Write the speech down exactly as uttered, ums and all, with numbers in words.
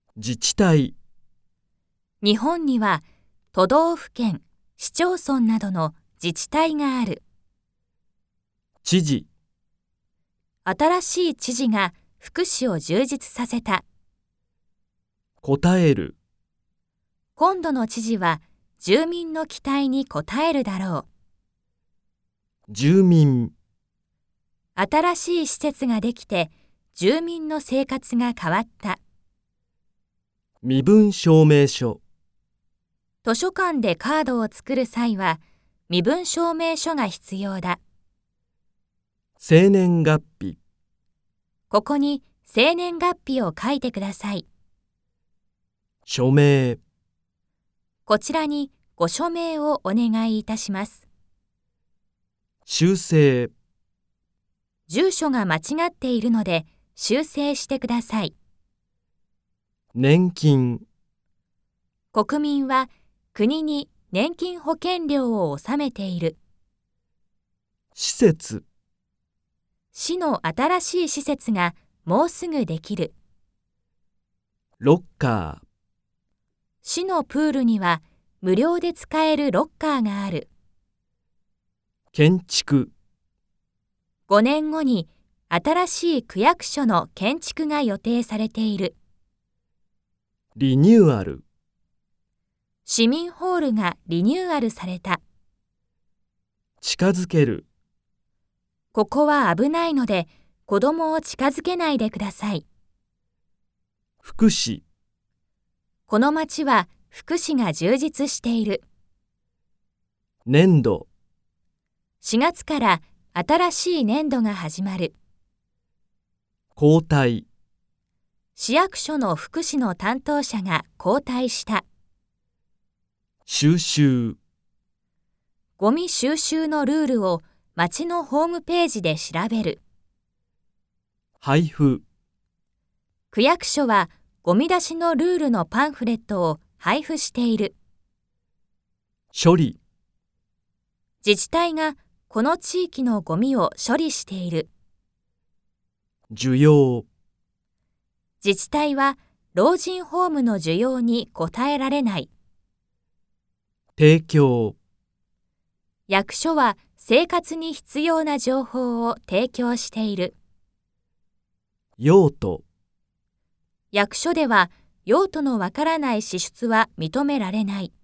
自治体、 日本には都道府県、市町村などの自治体がある。 知事、 新しい知事が福祉を充実させた。 答える、 今度の知事は住民の期待に応えるだろう。 住民、 新しい施設ができて住民の生活が変わった。 身分証明書、 図書館でカードを作る際は身分証明書が必要だ。 生年月日、 ここに生年月日を書いてください。 署名、 こちらにご署名をお願いいたします。 修正、 住所が間違っているので修正してください。 年金、 国民は国に年金保険料を納めている。 施設、 市の新しい施設がもうすぐできる。 ロッカー、 市のプールには無料で使えるロッカーがある。 建築、 ごねんごに新しい区役所の建築が予定されている。 リニューアル、 市民ホールがリニューアルされた。 近づける、 ここは危ないので子供を近づけないでください。 福祉、 この町は福祉が充実している。 年度、 しがつから新しい年度が始まる。 交代、 市役所の福祉の担当者が交代した。 収集、 ゴミ収集のルールを町のホームページで調べる。 配布、 区役所はゴミ出しのルールのパンフレットを配布している。 処理、 自治体がこの地域のゴミを処理している。 需要、 自治体は老人ホームの需要に応えられない。 提供、 役所は生活に必要な情報を提供している。 用途、 役所では用途のわからない支出は認められない。